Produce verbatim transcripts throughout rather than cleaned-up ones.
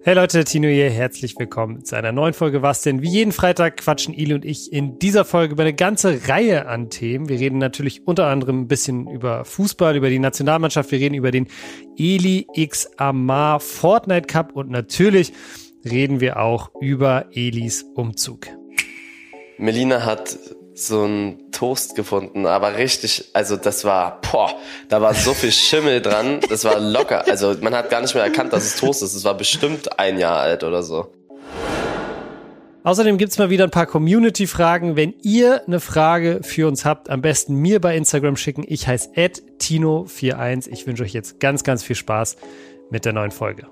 Hey Leute, Tino hier, herzlich willkommen zu einer neuen Folge Was denn? Wie jeden Freitag quatschen Eli und ich in dieser Folge über eine ganze Reihe an Themen. Wir reden natürlich unter anderem ein bisschen über Fußball, über die Nationalmannschaft, wir reden über den Eli X Amar Fortnite Cup und natürlich reden wir auch über Elis Umzug. Melina hat so einen Toast gefunden, aber richtig, also das war, boah, da war so viel Schimmel dran, das war locker, also man hat gar nicht mehr erkannt, dass es Toast ist, es war bestimmt ein Jahr alt oder so. Außerdem gibt's mal wieder ein paar Community-Fragen. Wenn ihr eine Frage für uns habt, am besten mir bei Instagram schicken. Ich heiße at tino einundvierzig. Ich wünsche euch jetzt ganz, ganz viel Spaß mit der neuen Folge.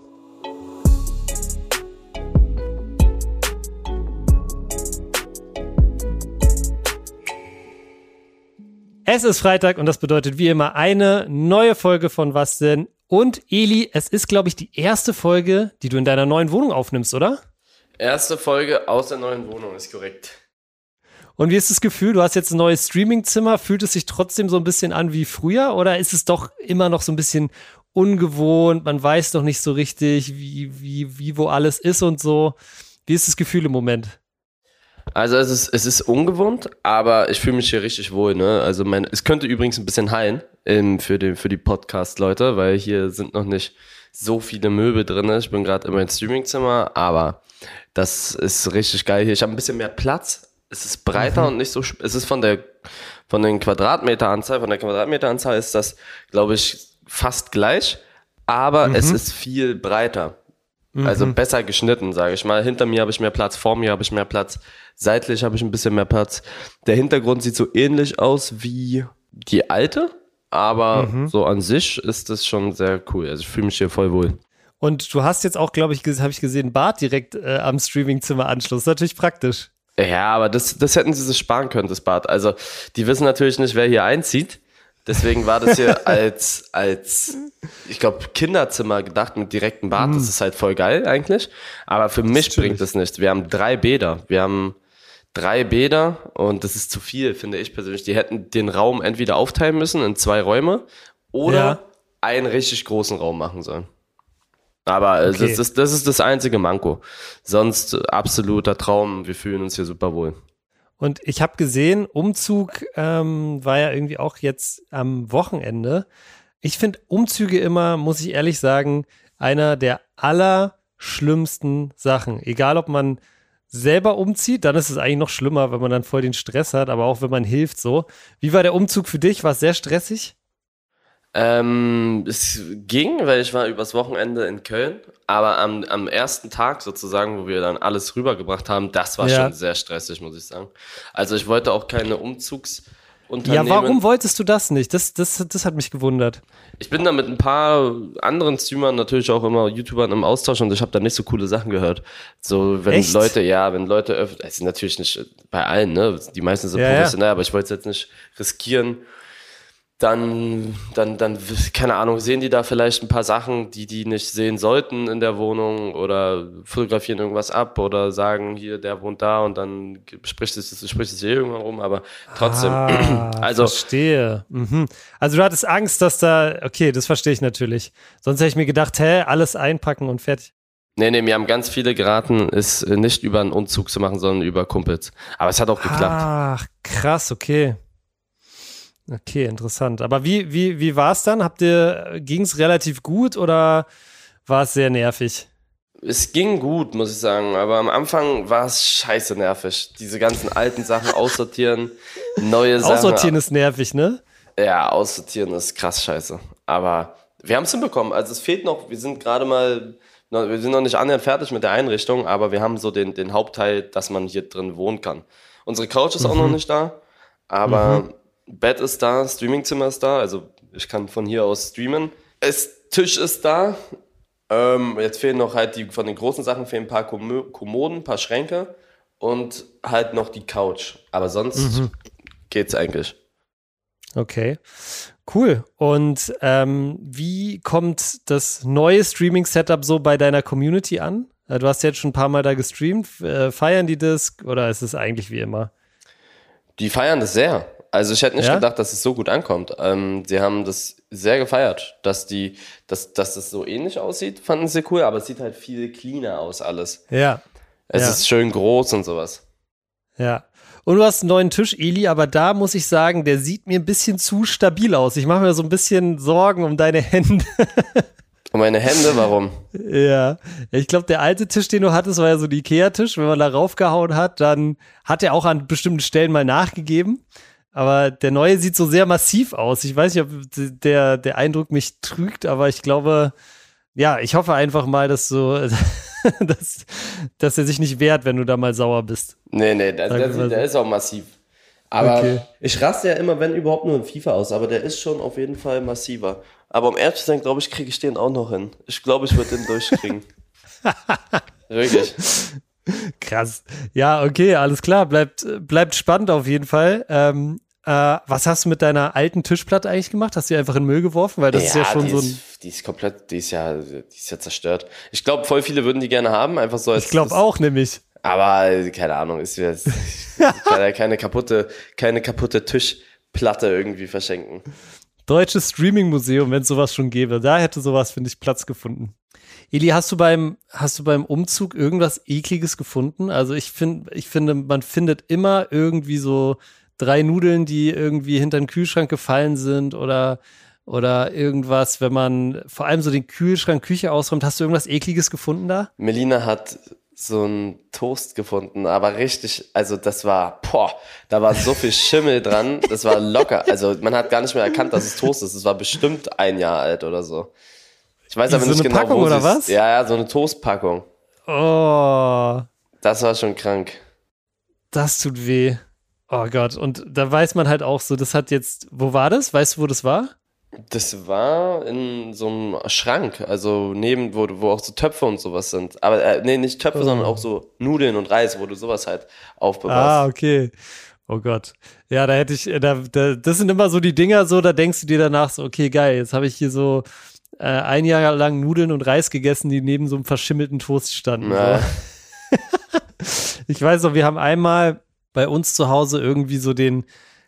Es ist Freitag und das bedeutet wie immer eine neue Folge von Was denn? Und Eli, es ist, glaube ich, die erste Folge, die du in deiner neuen Wohnung aufnimmst, oder? Erste Folge aus der neuen Wohnung, ist korrekt. Und wie ist das Gefühl? Du hast jetzt ein neues Streamingzimmer. Fühlt es sich trotzdem so ein bisschen an wie früher? Oder ist es doch immer noch so ein bisschen ungewohnt? Man weiß noch nicht so richtig, wie, wie, wie wo alles ist und so. Wie ist das Gefühl im Moment? Also es ist, es ist ungewohnt, aber ich fühle mich hier richtig wohl, ne? Also mein, es könnte übrigens ein bisschen heilen ähm, für die, für die Podcast-Leute, weil hier sind noch nicht so viele Möbel drin. Ich bin gerade in meinem Streamingzimmer, aber das ist richtig geil hier. Ich habe ein bisschen mehr Platz. Es ist breiter mhm. und nicht so, es ist von der, von den Quadratmeteranzahl, von der Quadratmeteranzahl ist das, glaube ich, fast gleich, aber mhm. es ist viel breiter. Also mhm. besser geschnitten, sage ich mal. Hinter mir habe ich mehr Platz, vor mir habe ich mehr Platz, seitlich habe ich ein bisschen mehr Platz. Der Hintergrund sieht so ähnlich aus wie die alte, aber mhm. so an sich ist das schon sehr cool. Also ich fühle mich hier voll wohl. Und du hast jetzt auch, glaube ich, habe ich gesehen, Bad direkt äh, am Streamingzimmer-Anschluss. Das ist natürlich praktisch. Ja, aber das, das hätten sie sich sparen können, das Bad. Also die wissen natürlich nicht, wer hier einzieht. Deswegen war das hier als, als ich glaube, Kinderzimmer gedacht mit direktem Bad. Mm. Das ist halt voll geil eigentlich. Aber für mich bringt das nichts. Wir haben drei Bäder. Wir haben drei Bäder und das ist zu viel, finde ich persönlich. Die hätten den Raum entweder aufteilen müssen in zwei Räume oder ja. einen richtig großen Raum machen sollen. Aber okay. das, das, das ist das einzige Manko. Sonst absoluter Traum. Wir fühlen uns hier super wohl. Und ich habe gesehen, Umzug ähm, war ja irgendwie auch jetzt am Wochenende. Ich finde Umzüge immer, muss ich ehrlich sagen, einer der allerschlimmsten Sachen. Egal, ob man selber umzieht, dann ist es eigentlich noch schlimmer, wenn man dann voll den Stress hat, aber auch wenn man hilft so. Wie war der Umzug für dich? War es sehr stressig? Ähm, es ging, weil ich war übers Wochenende in Köln, aber am, am ersten Tag sozusagen, wo wir dann alles rübergebracht haben, das war ja. schon sehr stressig, muss ich sagen. Also ich wollte auch keine Umzugsunternehmen. Ja, warum wolltest du das nicht? Das, das, das hat mich gewundert. Ich bin da mit ein paar anderen Streamern, natürlich auch immer YouTubern im Austausch und ich habe da nicht so coole Sachen gehört. So, wenn Echt? Leute, ja, wenn Leute, öff- also natürlich nicht bei allen, ne, die meisten sind ja, professionell, ja. aber ich wollte es jetzt nicht riskieren. Dann, dann, dann, keine Ahnung, sehen die da vielleicht ein paar Sachen, die die nicht sehen sollten in der Wohnung oder fotografieren irgendwas ab oder sagen, hier, der wohnt da und dann spricht es, spricht es hier irgendwann rum, aber trotzdem. Ah, also, verstehe. Mhm. Also du hattest Angst, dass da, okay, das verstehe ich natürlich. Sonst hätte ich mir gedacht, hä, alles einpacken und fertig. Nee, nee, mir haben ganz viele geraten, es nicht über einen Umzug zu machen, sondern über Kumpels. Aber es hat auch geklappt. Ach, krass, okay. Okay, interessant. Aber wie, wie, wie war es dann? Habt ihr, ging es relativ gut oder war es sehr nervig? Es ging gut, muss ich sagen, aber am Anfang war es scheiße nervig. Diese ganzen alten Sachen aussortieren, neue Sachen. Aussortieren ist nervig, ne? Ja, aussortieren ist krass scheiße. Aber wir haben es hinbekommen. Also es fehlt noch, wir sind gerade mal, wir sind noch nicht annähernd fertig mit der Einrichtung, aber wir haben so den, den Hauptteil, dass man hier drin wohnen kann. Unsere Couch ist mhm. auch noch nicht da, aber mhm. Bett ist da, Streamingzimmer ist da, also ich kann von hier aus streamen. Es, Tisch ist da. Ähm, jetzt fehlen noch halt die, von den großen Sachen fehlen ein paar Kommoden, ein paar Schränke und halt noch die Couch. Aber sonst mhm. geht's eigentlich. Okay, cool. Und ähm, wie kommt das neue Streaming-Setup so bei deiner Community an? Du hast jetzt schon ein paar Mal da gestreamt. Feiern die das oder ist es eigentlich wie immer? Die feiern das sehr. Also ich hätte nicht ja? gedacht, dass es so gut ankommt. Ähm, sie haben das sehr gefeiert, dass die, dass, dass das so ähnlich aussieht, fanden sie cool, aber es sieht halt viel cleaner aus alles. Ja. Es ja. ist schön groß und sowas. Ja. Und du hast einen neuen Tisch, Eli, aber da muss ich sagen, der sieht mir ein bisschen zu stabil aus. Ich mache mir so ein bisschen Sorgen um deine Hände. Und meine Hände, warum? Ja, ich glaube, der alte Tisch, den du hattest, war ja so ein Ikea-Tisch. Wenn man da raufgehauen hat, dann hat er auch an bestimmten Stellen mal nachgegeben. Aber der neue sieht so sehr massiv aus. Ich weiß nicht, ob der, der Eindruck mich trügt, aber ich glaube, ja, ich hoffe einfach mal, dass so, dass, dass er sich nicht wehrt, wenn du da mal sauer bist. Nee, nee, der, der, der, der ist auch massiv. Aber okay. Ich raste ja immer, wenn überhaupt, nur in FIFA aus, aber der ist schon auf jeden Fall massiver. Aber um ehrlich zu sein, glaube ich, kriege ich den auch noch hin. Ich glaube, ich würde den durchkriegen. Wirklich. Krass. Ja, okay, alles klar. Bleibt, bleibt spannend auf jeden Fall. Ähm, äh, was hast du mit deiner alten Tischplatte eigentlich gemacht? Hast du die einfach in den Müll geworfen? Weil das ja, ist ja schon die so ein. Ist, die ist komplett, die ist ja, die ist ja zerstört. Ich glaube, voll viele würden die gerne haben, einfach so als. Ich glaube auch, nämlich. Aber keine Ahnung, ist jetzt keine kaputte, keine kaputte Tischplatte irgendwie verschenken. Deutsches Streaming-Museum, wenn es sowas schon gäbe. Da hätte sowas, finde ich, Platz gefunden. Eli, hast du beim, hast du beim Umzug irgendwas Ekliges gefunden? Also ich finde, ich finde, man findet immer irgendwie so drei Nudeln, die irgendwie hinter den Kühlschrank gefallen sind oder, oder irgendwas, wenn man vor allem so den Kühlschrank, Küche ausräumt. Hast du irgendwas Ekliges gefunden da? Melina hat so einen Toast gefunden, aber richtig, also das war, boah, da war so viel Schimmel dran, das war locker, also man hat gar nicht mehr erkannt, dass es Toast ist, es war bestimmt ein Jahr alt oder so. Ich weiß aber so nicht eine genau, Packung wo oder was? Ja, ja, so eine Toastpackung. Oh. Das war schon krank. Das tut weh. Oh Gott, und da weiß man halt auch so, das hat jetzt, wo war das? Weißt du, wo das war? Das war in so einem Schrank, also neben, wo, wo auch so Töpfe und sowas sind. Aber äh, nee, nicht Töpfe, oh. sondern auch so Nudeln und Reis, wo du sowas halt aufbewahrst. Ah, okay. Oh Gott. Ja, da hätte ich, da, da, das sind immer so die Dinger so, da denkst du dir danach so, okay, geil, jetzt habe ich hier so äh, ein Jahr lang Nudeln und Reis gegessen, die neben so einem verschimmelten Toast standen. Ja. So. Ich weiß noch, wir haben einmal bei uns zu Hause irgendwie so den,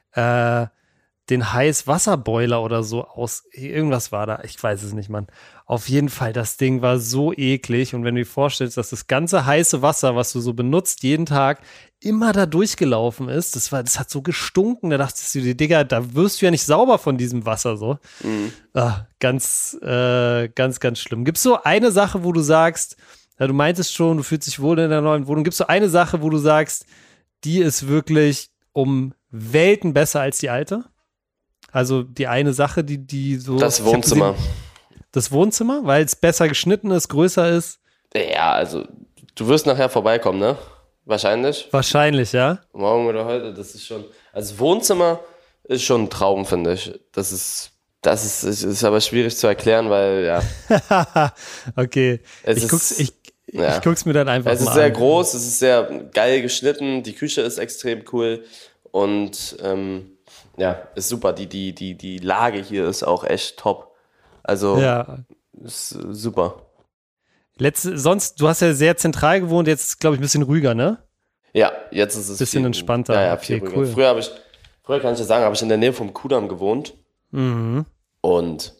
äh, den Heißwasserboiler oder so aus, irgendwas war da, ich weiß es nicht, Mann. Auf jeden Fall, das Ding war so eklig und wenn du dir vorstellst, dass das ganze heiße Wasser, was du so benutzt, jeden Tag immer da durchgelaufen ist, das war, das hat so gestunken, da dachtest du dir, Digga, da wirst du ja nicht sauber von diesem Wasser, so. Mhm. Ah, ganz, äh, ganz, ganz schlimm. Gibt's so eine Sache, wo du sagst, ja, du meintest schon, du fühlst dich wohl in der neuen Wohnung, gibt's so eine Sache, wo du sagst, die ist wirklich um Welten besser als die alte? Also die eine Sache, die, die so. Das Wohnzimmer. Gesehen, das Wohnzimmer, weil es besser geschnitten ist, größer ist. Ja, also du wirst nachher vorbeikommen, ne? Wahrscheinlich. Wahrscheinlich, ja. Morgen oder heute, das ist schon. Also Wohnzimmer ist schon ein Traum, finde ich. Das ist, das ist, ist, ist aber schwierig zu erklären, weil ja. Okay. Es ich ist, guck's, ich, ja. ich guck's mir dann einfach mal an. Es ist sehr groß, es ist sehr geil geschnitten, die Küche ist extrem cool und ähm, ja, ist super. Die, die, die, die Lage hier ist auch echt top. Also, ja. Ist super. Letzte, sonst, du hast ja sehr zentral gewohnt, jetzt ist, glaube ich, ein bisschen ruhiger, ne? Ja, jetzt ist es bisschen viel, entspannter. Ja, ja, viel okay, ruhiger. Cool. Früher habe ich, früher kann ich ja sagen, habe ich in der Nähe vom Kudamm gewohnt. Mhm. Und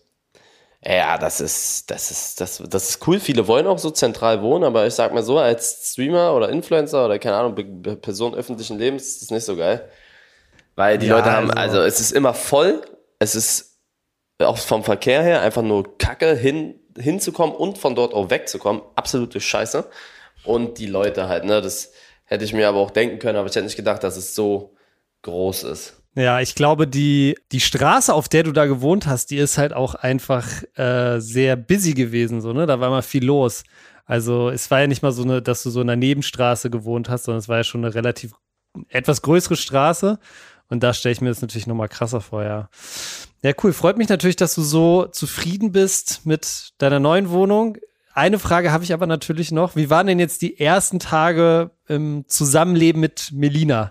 ja, das ist, das ist, das, das ist cool. Viele wollen auch so zentral wohnen, aber ich sag mal so, als Streamer oder Influencer oder keine Ahnung, Person öffentlichen Lebens ist das nicht so geil. Weil die ja, Leute haben, also, also es ist immer voll, es ist auch vom Verkehr her einfach nur Kacke, hin, hinzukommen und von dort auch wegzukommen. Absolute Scheiße. Und die Leute halt, ne, das hätte ich mir aber auch denken können, aber ich hätte nicht gedacht, dass es so groß ist. Ja, ich glaube, die, die Straße, auf der du da gewohnt hast, die ist halt auch einfach äh, sehr busy gewesen, so, ne? Da war immer viel los. Also es war ja nicht mal so eine, dass du so in einer Nebenstraße gewohnt hast, sondern es war ja schon eine relativ etwas größere Straße. Und da stelle ich mir das natürlich nochmal krasser vor, ja. Ja, cool. Freut mich natürlich, dass du so zufrieden bist mit deiner neuen Wohnung. Eine Frage habe ich aber natürlich noch. Wie waren denn jetzt die ersten Tage im Zusammenleben mit Melina?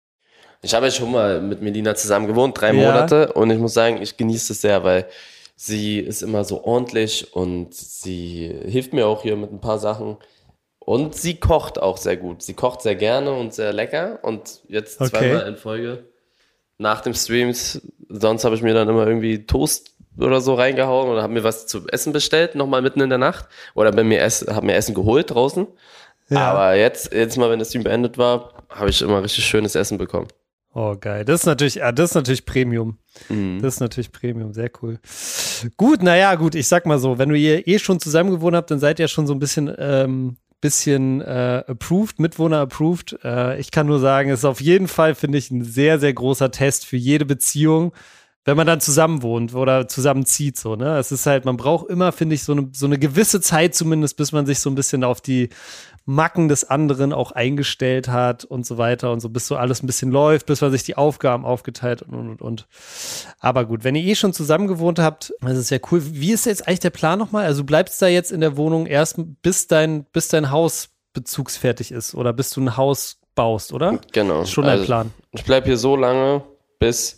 Ich habe ja schon mal mit Melina zusammen gewohnt, drei ja. Monate. Und ich muss sagen, ich genieße es sehr, weil sie ist immer so ordentlich und sie hilft mir auch hier mit ein paar Sachen. Und sie kocht auch sehr gut. Sie kocht sehr gerne und sehr lecker. Und jetzt okay. zweimal in Folge nach dem Streams, sonst habe ich mir dann immer irgendwie Toast oder so reingehauen oder habe mir was zu essen bestellt, nochmal mitten in der Nacht. Oder bin mir Essen, habe mir Essen geholt draußen. Ja. Aber jetzt, jetzt mal, wenn das Stream beendet war, habe ich immer richtig schönes Essen bekommen. Oh, geil. Das ist natürlich, das ist natürlich Premium. Mhm. Das ist natürlich Premium. Sehr cool. Gut, naja, gut. Ich sag mal so, wenn du hier eh schon zusammen gewohnt habt, dann seid ihr schon so ein bisschen, ähm, bisschen äh, approved, Mitwohner approved. Äh, ich kann nur sagen, es ist auf jeden Fall, finde ich, ein sehr, sehr großer Test für jede Beziehung, wenn man dann zusammen wohnt oder zusammenzieht, so, ne? Es ist halt, man braucht immer, finde ich, so eine, so eine gewisse Zeit zumindest, bis man sich so ein bisschen auf die Macken des anderen auch eingestellt hat und so weiter und so, bis so alles ein bisschen läuft, bis man sich die Aufgaben aufgeteilt und, und, und, und. Aber gut, wenn ihr eh schon zusammen gewohnt habt, das ist ja cool. Wie ist jetzt eigentlich der Plan nochmal? Also du bleibst da jetzt in der Wohnung erst, bis dein, bis dein Haus bezugsfertig ist oder bis du ein Haus baust, oder? Genau. Das ist schon dein also, Plan. Ich bleib hier so lange, bis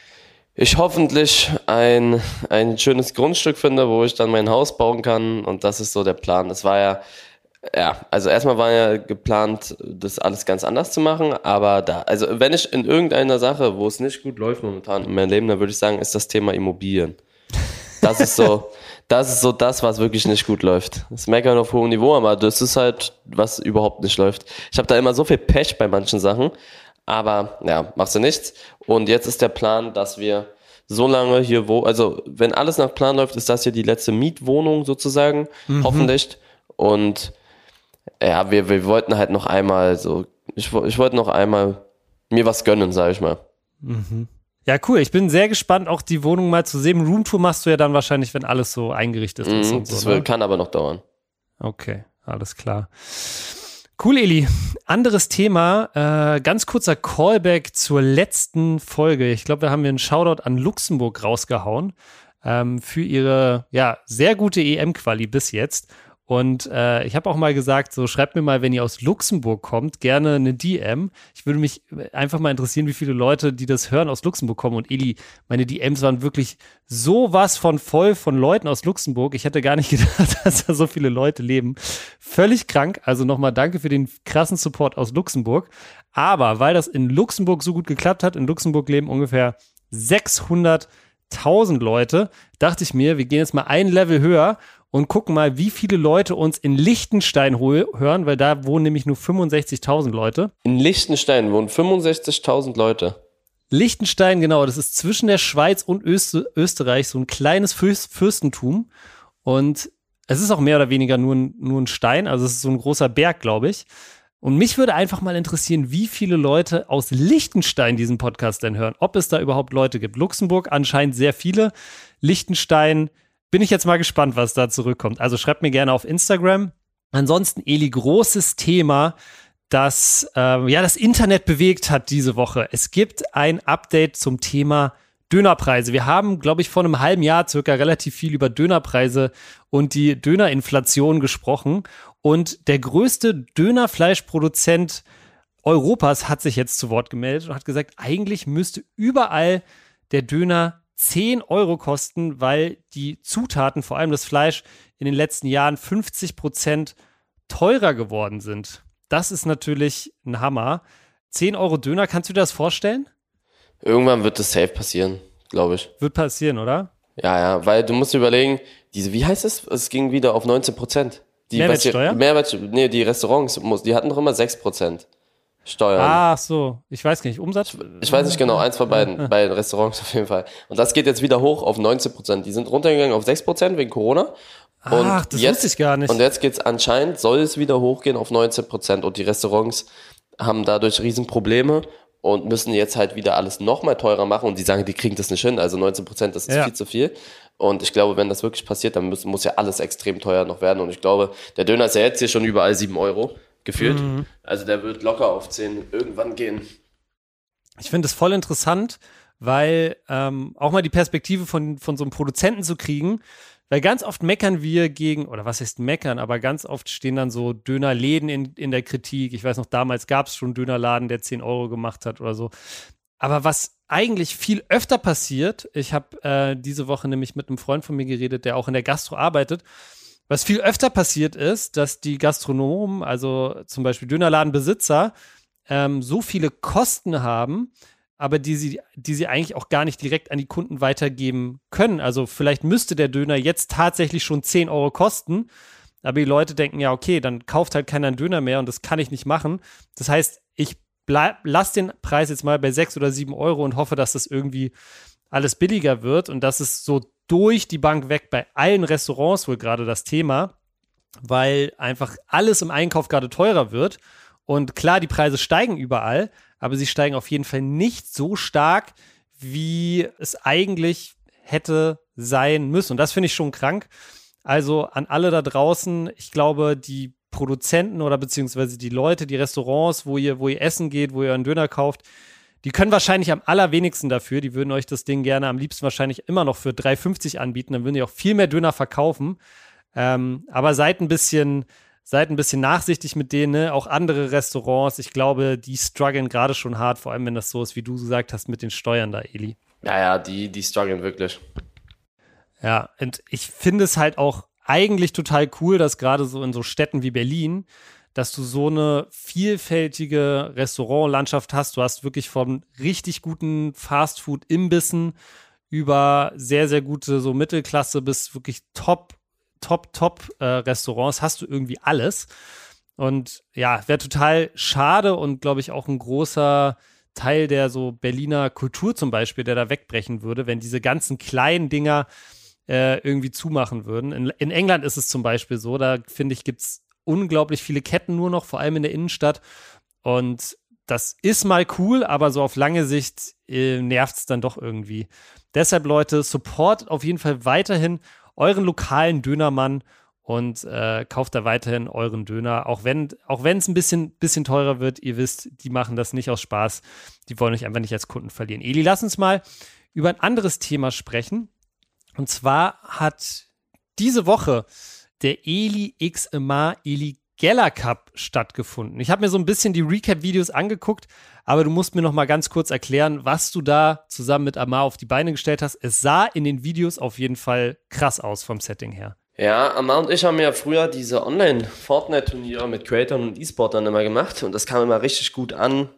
ich hoffentlich ein, ein schönes Grundstück finde, wo ich dann mein Haus bauen kann, und das ist so der Plan. Das war ja, ja, also erstmal war ja geplant, das alles ganz anders zu machen, aber da, also wenn ich in irgendeiner Sache, wo es nicht gut läuft momentan in meinem Leben, dann würde ich sagen, ist das Thema Immobilien. Das ist so, das ist so das, was wirklich nicht gut läuft. Das meckern auf hohem Niveau, aber das ist halt, was überhaupt nicht läuft. Ich habe da immer so viel Pech bei manchen Sachen, aber ja, machst du nichts. Und jetzt ist der Plan, dass wir so lange hier wo, also wenn alles nach Plan läuft, ist das hier die letzte Mietwohnung sozusagen, mhm. hoffentlich. Und ja, wir, wir wollten halt noch einmal so, ich, ich wollte noch einmal mir was gönnen, sag ich mal. Mhm. Ja, cool. Ich bin sehr gespannt, auch die Wohnung mal zu sehen. Roomtour machst du ja dann wahrscheinlich, wenn alles so eingerichtet ist. Mhm, und so, das ne? kann aber noch dauern. Okay, alles klar. Cool, Eli. Anderes Thema, äh, ganz kurzer Callback zur letzten Folge. Ich glaube, wir haben hier einen Shoutout an Luxemburg rausgehauen ähm, für ihre ja sehr gute E M-Quali bis jetzt. Und äh, ich habe auch mal gesagt, so schreibt mir mal, wenn ihr aus Luxemburg kommt, gerne eine D M. Ich würde mich einfach mal interessieren, wie viele Leute, die das hören, aus Luxemburg kommen. Und Eli, meine D Ms waren wirklich sowas von voll von Leuten aus Luxemburg. Ich hätte gar nicht gedacht, dass da so viele Leute leben. Völlig krank. Also nochmal danke für den krassen Support aus Luxemburg. Aber weil das in Luxemburg so gut geklappt hat, in Luxemburg leben ungefähr sechshunderttausend Leute, dachte ich mir, wir gehen jetzt mal ein Level höher und gucken mal, wie viele Leute uns in Liechtenstein hören, weil da wohnen nämlich nur fünfundsechzigtausend Leute. In Liechtenstein wohnen fünfundsechzigtausend Leute. Liechtenstein, genau, das ist zwischen der Schweiz und Öster- Österreich so ein kleines Fürst- Fürstentum. Und es ist auch mehr oder weniger nur ein, nur ein Stein, also es ist so ein großer Berg, glaube ich. Und mich würde einfach mal interessieren, wie viele Leute aus Liechtenstein diesen Podcast denn hören. Ob es da überhaupt Leute gibt. Luxemburg anscheinend sehr viele. Liechtenstein bin ich jetzt mal gespannt, was da zurückkommt. Also schreibt mir gerne auf Instagram. Ansonsten, Eli, großes Thema, das äh, ja das Internet bewegt hat diese Woche. Es gibt ein Update zum Thema Dönerpreise. Wir haben, glaube ich, vor einem halben Jahr circa relativ viel über Dönerpreise und die Dönerinflation gesprochen. Und der größte Dönerfleischproduzent Europas hat sich jetzt zu Wort gemeldet und hat gesagt, eigentlich müsste überall der Döner zehn Euro kosten, weil die Zutaten, vor allem das Fleisch, in den letzten Jahren fünfzig Prozent teurer geworden sind. Das ist natürlich ein Hammer. zehn Euro Döner, kannst du dir das vorstellen? Irgendwann wird das safe passieren, glaube ich. Wird passieren, oder? Ja, ja, weil du musst überlegen, diese, wie heißt es? Es ging wieder auf neunzehn Prozent. Die, Mehrwertsteuer? Die, Mehrwert, nee, die Restaurants, die hatten doch immer sechs Prozent Steuern. Ach so, ich weiß nicht, Umsatz? Ich, ich weiß nicht genau, eins von beiden, bei den Restaurants auf jeden Fall. Und das geht jetzt wieder hoch auf neunzehn Prozent. Die sind runtergegangen auf sechs Prozent wegen Corona. Und Ach, das jetzt, wusste ich gar nicht. Und jetzt geht's anscheinend, soll es wieder hochgehen auf neunzehn Prozent. Und die Restaurants haben dadurch Riesenprobleme und müssen jetzt halt wieder alles nochmal teurer machen. Und die sagen, die kriegen das nicht hin. Also neunzehn Prozent, das ist ja viel zu viel. Und ich glaube, wenn das wirklich passiert, dann muss, muss ja alles extrem teuer noch werden. Und ich glaube, der Döner ist ja jetzt hier schon überall sieben Euro gefühlt. Mhm. Also der wird locker auf zehn irgendwann gehen. Ich finde es voll interessant, weil ähm, auch mal die Perspektive von, von so einem Produzenten zu kriegen, weil ganz oft meckern wir gegen, oder was heißt meckern, aber ganz oft stehen dann so Dönerläden in, in der Kritik. Ich weiß noch, damals gab es schon einen Dönerladen, der zehn Euro gemacht hat oder so. Aber was eigentlich viel öfter passiert, ich habe äh, diese Woche nämlich mit einem Freund von mir geredet, der auch in der Gastro arbeitet, was viel öfter passiert ist, dass die Gastronomen, also zum Beispiel Dönerladenbesitzer, ähm, so viele Kosten haben, aber die sie, die sie eigentlich auch gar nicht direkt an die Kunden weitergeben können. Also vielleicht müsste der Döner jetzt tatsächlich schon zehn Euro kosten, aber die Leute denken, ja, okay, dann kauft halt keiner einen Döner mehr und das kann ich nicht machen. Das heißt, ich bleib, lass den Preis jetzt mal bei sechs oder sieben Euro und hoffe, dass das irgendwie alles billiger wird. Und das ist so durch die Bank weg bei allen Restaurants wohl gerade das Thema, weil einfach alles im Einkauf gerade teurer wird. Und klar, die Preise steigen überall, aber sie steigen auf jeden Fall nicht so stark, wie es eigentlich hätte sein müssen. Und das finde ich schon krank. Also an alle da draußen, ich glaube, die Produzenten oder beziehungsweise die Leute, die Restaurants, wo ihr, wo ihr essen geht, wo ihr einen Döner kauft, die können wahrscheinlich am allerwenigsten dafür. Die würden euch das Ding gerne am liebsten wahrscheinlich immer noch für drei fünfzig anbieten. Dann würden die auch viel mehr Döner verkaufen. Ähm, aber seid ein bisschen, seid ein bisschen nachsichtig mit denen, ne? Auch andere Restaurants. Ich glaube, die strugglen gerade schon hart, vor allem wenn das so ist, wie du gesagt hast, mit den Steuern da, Eli. Ja, ja, die, die strugglen wirklich. Ja, und ich finde es halt auch eigentlich total cool, dass gerade so in so Städten wie Berlin, dass du so eine vielfältige Restaurantlandschaft hast. Du hast wirklich von richtig guten Fastfood-Imbissen über sehr, sehr gute so Mittelklasse bis wirklich top, top, top äh, Restaurants hast du irgendwie alles. Und ja, wäre total schade und glaube ich auch ein großer Teil der so Berliner Kultur zum Beispiel, der da wegbrechen würde, wenn diese ganzen kleinen Dinger äh, irgendwie zumachen würden. In, in England ist es zum Beispiel so, da finde ich, gibt es unglaublich viele Ketten nur noch, vor allem in der Innenstadt. Und das ist mal cool, aber so auf lange Sicht äh, nervt es dann doch irgendwie. Deshalb, Leute, support auf jeden Fall weiterhin euren lokalen Dönermann und äh, kauft da weiterhin euren Döner. Auch wenn auch wenn es ein bisschen, bisschen teurer wird, ihr wisst, die machen das nicht aus Spaß. Die wollen euch einfach nicht als Kunden verlieren. Eli, lass uns mal über ein anderes Thema sprechen. Und zwar hat diese Woche der Eli X Amar Eli Geller Cup stattgefunden. Ich habe mir so ein bisschen die Recap-Videos angeguckt, aber du musst mir noch mal ganz kurz erklären, was du da zusammen mit Amar auf die Beine gestellt hast. Es sah in den Videos auf jeden Fall krass aus vom Setting her. Ja, Amar und ich haben ja früher diese Online-Fortnite-Turniere mit Creators und E-Sportern immer gemacht und das kam immer richtig gut an.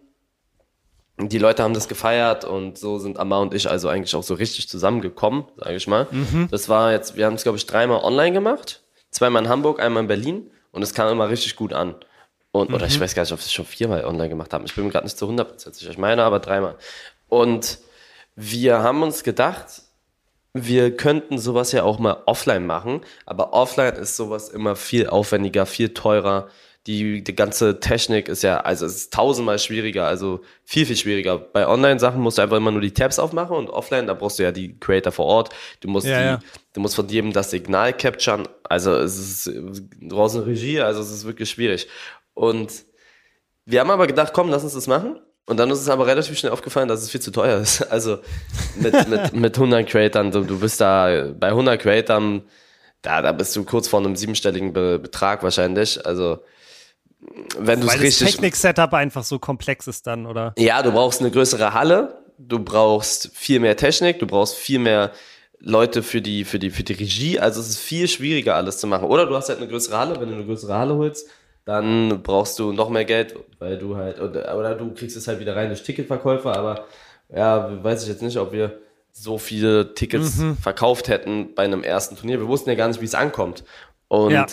Die Leute haben das gefeiert und so sind Amar und ich also eigentlich auch so richtig zusammengekommen, sage ich mal. Mhm. Das war jetzt, wir haben es glaube ich dreimal online gemacht, zweimal in Hamburg, einmal in Berlin und es kam immer richtig gut an. Und, mhm. Oder ich weiß gar nicht, ob wir es schon viermal online gemacht haben. Ich bin mir gerade nicht zu hundert Prozent sicher. Ich meine aber dreimal. Und wir haben uns gedacht, wir könnten sowas ja auch mal offline machen, aber offline ist sowas immer viel aufwendiger, viel teurer. Die, die ganze Technik ist ja, also es ist tausendmal schwieriger, also viel, viel schwieriger. Bei Online-Sachen musst du einfach immer nur die Tabs aufmachen und offline, da brauchst du ja die Creator vor Ort. Du musst, ja, die, ja. du musst von jedem das Signal capturen. Also es ist draußen Regie, also es ist wirklich schwierig. Und wir haben aber gedacht, komm, lass uns das machen. Und dann ist es aber relativ schnell aufgefallen, dass es viel zu teuer ist. Also mit, mit, mit hundert Creatern, du, du bist da bei hundert Creatern, da, da bist du kurz vor einem siebenstelligen Be- Betrag wahrscheinlich. Also wenn du es richtig. Weil das Technik-Setup einfach so komplex ist dann, oder? Ja, du brauchst eine größere Halle, du brauchst viel mehr Technik, du brauchst viel mehr Leute für die, für die, für die Regie. Also es ist viel schwieriger, alles zu machen. Oder du hast halt eine größere Halle, wenn du eine größere Halle holst, dann brauchst du noch mehr Geld, weil du halt, oder, oder du kriegst es halt wieder rein durch Ticketverkäufer, aber ja, weiß ich jetzt nicht, ob wir so viele Tickets mhm. verkauft hätten bei einem ersten Turnier. Wir wussten ja gar nicht, wie es ankommt. Und ja.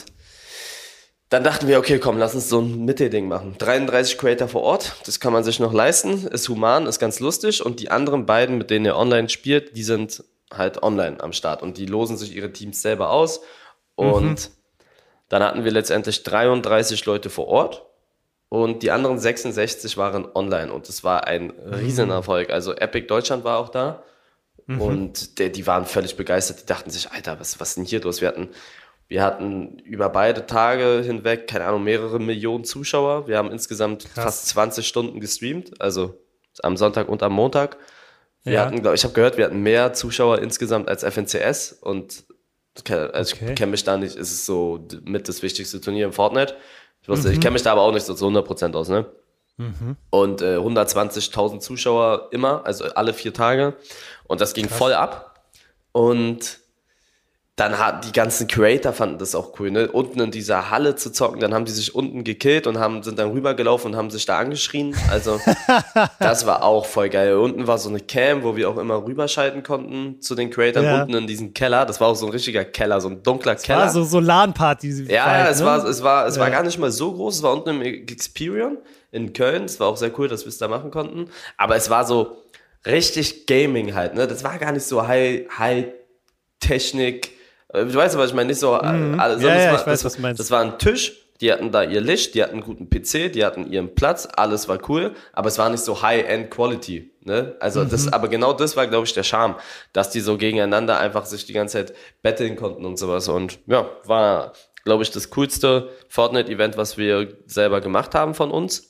Dann dachten wir, okay, komm, lass uns so ein Mittelding machen. dreiunddreißig Creator vor Ort, das kann man sich noch leisten, ist human, ist ganz lustig. Und die anderen beiden, mit denen ihr online spielt, die sind halt online am Start. Und die losen sich ihre Teams selber aus. Und mhm. dann hatten wir letztendlich dreiunddreißig Leute vor Ort. Und die anderen sechsundsechzig waren online. Und das war ein Riesenerfolg. Also Epic Deutschland war auch da. Mhm. Und der, die waren völlig begeistert. Die dachten sich, Alter, was, was ist denn hier los? Wir hatten... Wir hatten über beide Tage hinweg, keine Ahnung, mehrere Millionen Zuschauer. Wir haben insgesamt Krass. fast zwanzig Stunden gestreamt, also am Sonntag und am Montag. Wir ja. hatten, glaub, ich habe gehört, wir hatten mehr Zuschauer insgesamt als F N C S und also okay. ich kenne mich da nicht, es ist so mit das wichtigste Turnier im Fortnite. Ich, wusste, mhm. ich kenne mich da aber auch nicht so zu hundert Prozent aus, ne? Mhm. Und äh, hundertzwanzigtausend Zuschauer immer, also alle vier Tage. Und das ging Krass. voll ab. Und dann hat die ganzen Creator fanden das auch cool, ne? Unten in dieser Halle zu zocken, dann haben die sich unten gekillt und haben, sind dann rübergelaufen und haben sich da angeschrien. Also das war auch voll geil. Unten war so eine Cam, wo wir auch immer rüberschalten konnten zu den Creatoren, ja. Unten in diesem Keller. Das war auch so ein richtiger Keller, so ein dunkler es Keller. War so so LAN-Party. Ja, weit, es ne? war, es war, es ja. war gar nicht mal so groß. Es war unten im Experion in Köln. Es war auch sehr cool, dass wir es da machen konnten. Aber es war so richtig Gaming halt, ne? Das war gar nicht so High, High Technik. Du weißt, was ich meine, nicht so mhm. alles. Ja, ja, war, ich weiß, das, was du meinst. Das war ein Tisch, die hatten da ihr Licht, die hatten einen guten P C, die hatten ihren Platz, alles war cool, aber es war nicht so High-End-Quality. Ne? Also mhm. das, aber genau das war, glaube ich, der Charme, dass die so gegeneinander einfach sich die ganze Zeit betteln konnten und sowas. Und ja, war, glaube ich, das coolste Fortnite-Event, was wir selber gemacht haben von uns.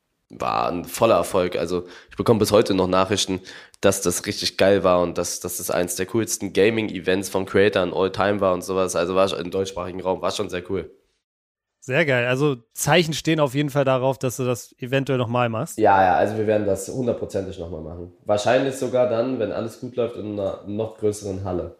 War ein voller Erfolg. Also ich bekomme bis heute noch Nachrichten, dass das richtig geil war und dass, dass das eins der coolsten Gaming-Events von Creatoren all time war und sowas. Also war im deutschsprachigen Raum, war schon sehr cool. Sehr geil. Also Zeichen stehen auf jeden Fall darauf, dass du das eventuell nochmal machst. Ja, ja, also wir werden das hundertprozentig nochmal machen. Wahrscheinlich sogar dann, wenn alles gut läuft, in einer noch größeren Halle.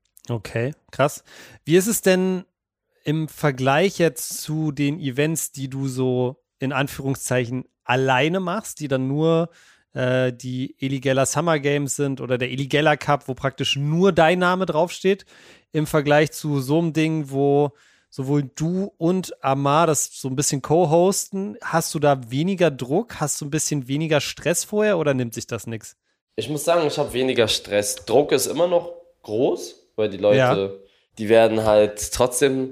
Okay, krass. Wie ist es denn im Vergleich jetzt zu den Events, die du so in Anführungszeichen alleine machst, die dann nur äh, die Eligella Summer Games sind oder der Eligella Cup, wo praktisch nur dein Name draufsteht, im Vergleich zu so einem Ding, wo sowohl du und Amar das so ein bisschen co-hosten? Hast du da weniger Druck? Hast du ein bisschen weniger Stress vorher oder nimmt sich das nix? Ich muss sagen, ich habe weniger Stress. Druck ist immer noch groß, weil die Leute, ja. die werden halt trotzdem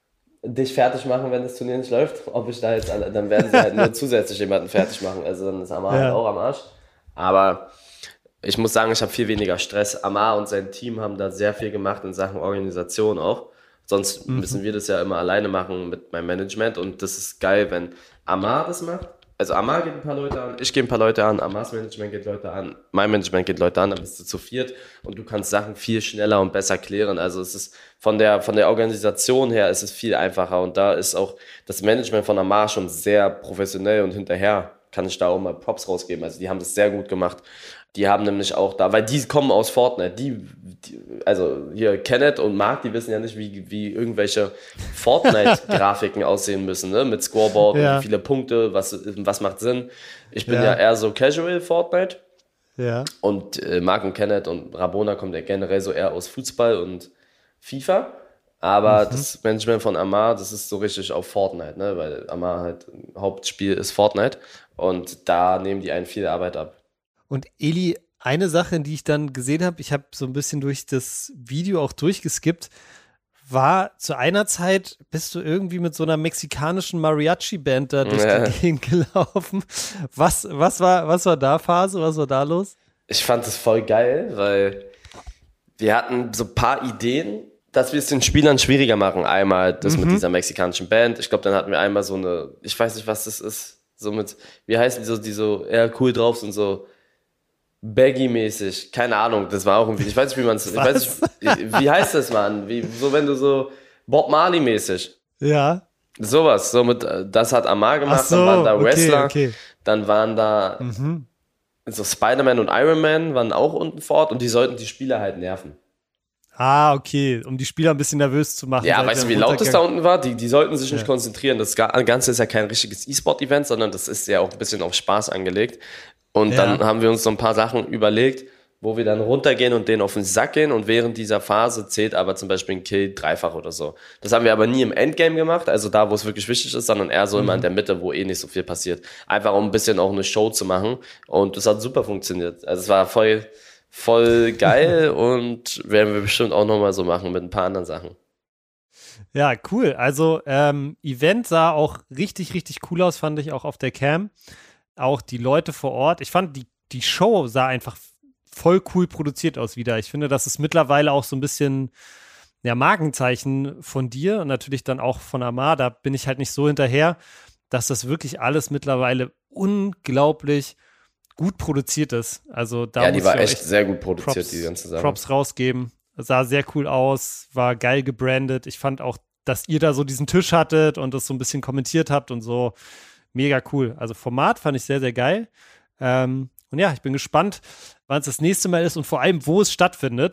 dich fertig machen, wenn das Turnier nicht läuft. Ob ich da jetzt, dann werden sie halt nur zusätzlich jemanden fertig machen. Also dann ist Amar ja. halt auch am Arsch. Aber ich muss sagen, ich habe viel weniger Stress. Amar und sein Team haben da sehr viel gemacht in Sachen Organisation auch. Sonst mhm. müssen wir das ja immer alleine machen mit meinem Management. Und das ist geil, wenn Amar das macht. Also Amar geht ein paar Leute an, ich gehe ein paar Leute an, Amars Management geht Leute an, mein Management geht Leute an, dann bist du zu viert und du kannst Sachen viel schneller und besser klären. Also es ist von der, von der Organisation her ist es viel einfacher und da ist auch das Management von Amar schon sehr professionell und hinterher kann ich da auch mal Props rausgeben. Also die haben das sehr gut gemacht. Die haben nämlich auch da, weil die kommen aus Fortnite, die, die also hier Kenneth und Marc, die wissen ja nicht, wie, wie irgendwelche Fortnite-Grafiken aussehen müssen, ne? Mit Scoreboard ja. und wie viele Punkte, was, was macht Sinn. Ich bin ja, ja eher so Casual Fortnite. Ja. Und äh, Marc und Kenneth und Rabona kommen ja generell so eher aus Fußball und FIFA. Aber mhm. das Management von Amar, das ist so richtig auf Fortnite, ne? Weil Amar halt Hauptspiel ist Fortnite und da nehmen die einen viel Arbeit ab. Und Eli, eine Sache, die ich dann gesehen habe, ich habe so ein bisschen durch das Video auch durchgeskippt, war zu einer Zeit, bist du irgendwie mit so einer mexikanischen Mariachi-Band da durch ja. die Gegend gelaufen. Was, was, war, was war da Phase? Was war da los? Ich fand das voll geil, weil wir hatten so ein paar Ideen, dass wir es den Spielern schwieriger machen. Einmal das mhm. mit dieser mexikanischen Band. Ich glaube, dann hatten wir einmal so eine, ich weiß nicht, was das ist, so mit, wie heißen die so, die so eher cool drauf sind, so Baggy-mäßig, keine Ahnung, das war auch irgendwie, ich weiß nicht, wie man es, ich weiß nicht, wie heißt das, Mann? Wie, so, wenn du so Bob Marley-mäßig. Ja. Sowas, so mit, das hat Amar gemacht, so, dann waren da okay, Wrestler, okay. dann waren da mhm. so Spider-Man und Iron Man waren auch unten fort und die sollten die Spieler halt nerven. Ah, okay, um die Spieler ein bisschen nervös zu machen. Ja, weißt du, wie laut das da unten war? Die, die sollten sich nicht ja. konzentrieren. Das Ganze ist ja kein richtiges E-Sport-Event, sondern das ist ja auch ein bisschen auf Spaß angelegt. Und ja. dann haben wir uns so ein paar Sachen überlegt, wo wir dann runtergehen und denen auf den Sack gehen und während dieser Phase zählt aber zum Beispiel ein Kill dreifach oder so. Das haben wir aber nie im Endgame gemacht, also da, wo es wirklich wichtig ist, sondern eher so mhm. immer in der Mitte, wo eh nicht so viel passiert. Einfach um ein bisschen auch eine Show zu machen und das hat super funktioniert. Also es war voll, voll geil und werden wir bestimmt auch nochmal so machen mit ein paar anderen Sachen. Ja, cool. Also ähm, Event sah auch richtig, richtig cool aus, fand ich auch auf der Cam. Auch die Leute vor Ort. Ich fand, die, die Show sah einfach voll cool produziert aus wieder. Ich finde, das ist mittlerweile auch so ein bisschen ja, Markenzeichen von dir und natürlich dann auch von Amar. Da bin ich halt nicht so hinterher, dass das wirklich alles mittlerweile unglaublich gut produziert ist. Also da ja, die muss war ich echt sehr gut produziert, Props, die ganze Sache. Props rausgeben. Sah sehr cool aus, war geil gebrandet. Ich fand auch, dass ihr da so diesen Tisch hattet und das so ein bisschen kommentiert habt und so. Mega cool. Also Format fand ich sehr, sehr geil. Ähm, und ja, ich bin gespannt, wann es das nächste Mal ist und vor allem, wo es stattfindet.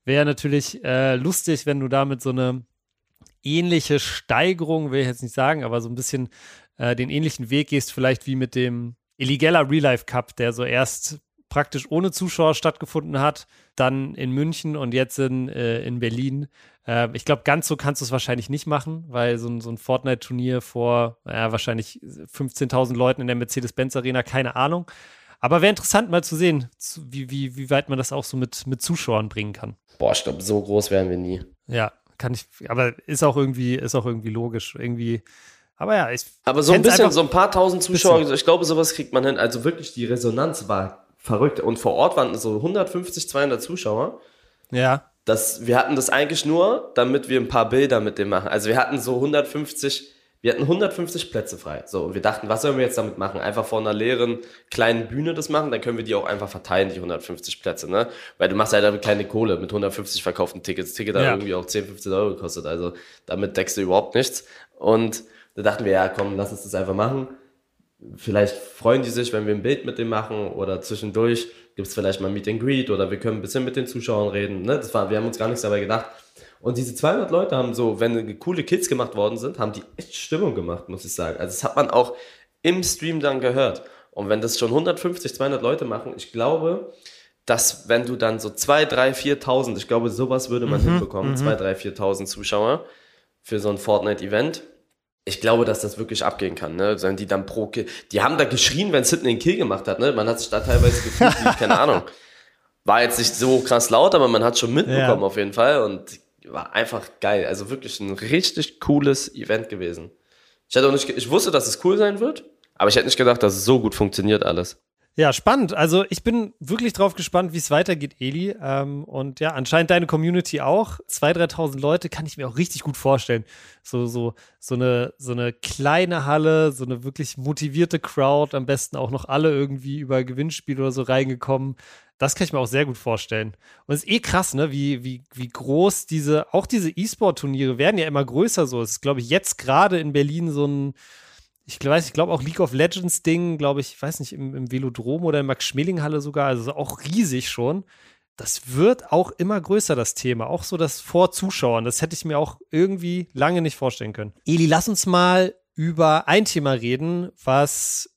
wäre natürlich äh, lustig, wenn du damit so eine ähnliche Steigerung, will ich jetzt nicht sagen, aber so ein bisschen äh, den ähnlichen Weg gehst, vielleicht wie mit dem Eligella Real Life Cup, der so erst praktisch ohne Zuschauer stattgefunden hat, dann in München und jetzt in, äh, in Berlin. Äh, ich glaube, ganz so kannst du es wahrscheinlich nicht machen, weil so ein, so ein Fortnite-Turnier vor äh, wahrscheinlich fünfzehntausend Leuten in der Mercedes-Benz Arena, keine Ahnung. Aber wäre interessant mal zu sehen, zu, wie, wie, wie weit man das auch so mit, mit Zuschauern bringen kann. Boah, ich glaube, so groß wären wir nie. Ja, kann ich, aber ist auch irgendwie, ist auch irgendwie logisch. Irgendwie, aber ja, ich. Aber so ein bisschen, so ein paar tausend Zuschauer, bisschen. Ich glaube, sowas kriegt man hin. Also wirklich, die Resonanz war verrückt. Und vor Ort waren so hundertfünfzig, zweihundert Zuschauer. Ja. Das, wir hatten das eigentlich nur, damit wir ein paar Bilder mit dem machen. Also wir hatten so hundertfünfzig, wir hatten hundertfünfzig Plätze frei. So, und wir dachten, was sollen wir jetzt damit machen? Einfach vor einer leeren kleinen Bühne das machen, dann können wir die auch einfach verteilen, die hundertfünfzig Plätze, ne? Weil du machst halt damit keine Kohle mit hundertfünfzig verkauften Tickets. Das Ticket hat ja irgendwie auch zehn, fünfzehn Euro gekostet. Also damit deckst du überhaupt nichts. Und da dachten wir, ja komm, lass uns das einfach machen. Vielleicht freuen die sich, wenn wir ein Bild mit dem machen oder zwischendurch gibt es vielleicht mal Meet and Greet oder wir können ein bisschen mit den Zuschauern reden. Ne? Das war, wir haben uns gar nichts dabei gedacht. Und diese zweihundert Leute haben so, wenn coole Kids gemacht worden sind, haben die echt Stimmung gemacht, muss ich sagen. Also das hat man auch im Stream dann gehört. Und wenn das schon hundertfünfzig, zweihundert Leute machen, ich glaube, dass wenn du dann so zweitausend, dreitausend, viertausend, ich glaube, sowas würde man mhm, hinbekommen, mhm. zweitausend, dreitausend, viertausend Zuschauer für so ein Fortnite-Event. Ich glaube, dass das wirklich abgehen kann, ne? Sollen die dann pro Kill, die haben da geschrien, wenn Sidney einen Kill gemacht hat, ne? Man hat sich da teilweise gefühlt, wie, keine Ahnung. War jetzt nicht so krass laut, aber man hat schon mitbekommen ja. auf jeden Fall und war einfach geil. Also wirklich ein richtig cooles Event gewesen. Ich hatte auch nicht, ich wusste, dass es cool sein wird, aber ich hätte nicht gedacht, dass es so gut funktioniert alles. Ja, spannend. Also ich bin wirklich drauf gespannt, wie es weitergeht, Eli. Ähm, und ja, anscheinend deine Community auch. zweitausend, dreitausend Leute kann ich mir auch richtig gut vorstellen. So, so, so eine, so eine kleine Halle, so eine wirklich motivierte Crowd, am besten auch noch alle irgendwie über Gewinnspiel oder so reingekommen. Das kann ich mir auch sehr gut vorstellen. Und es ist eh krass, ne, wie, wie, wie groß diese, auch diese E-Sport-Turniere werden ja immer größer so. Es ist, glaube ich, jetzt gerade in Berlin so ein Ich weiß, ich glaube auch League of Legends Ding, glaube ich, ich weiß nicht, im, im Velodrom oder in Max-Schmeling-Halle sogar, also auch riesig schon. Das wird auch immer größer, das Thema. Auch so das vor Zuschauern. Das hätte ich mir auch irgendwie lange nicht vorstellen können. Eli, lass uns mal über ein Thema reden, was,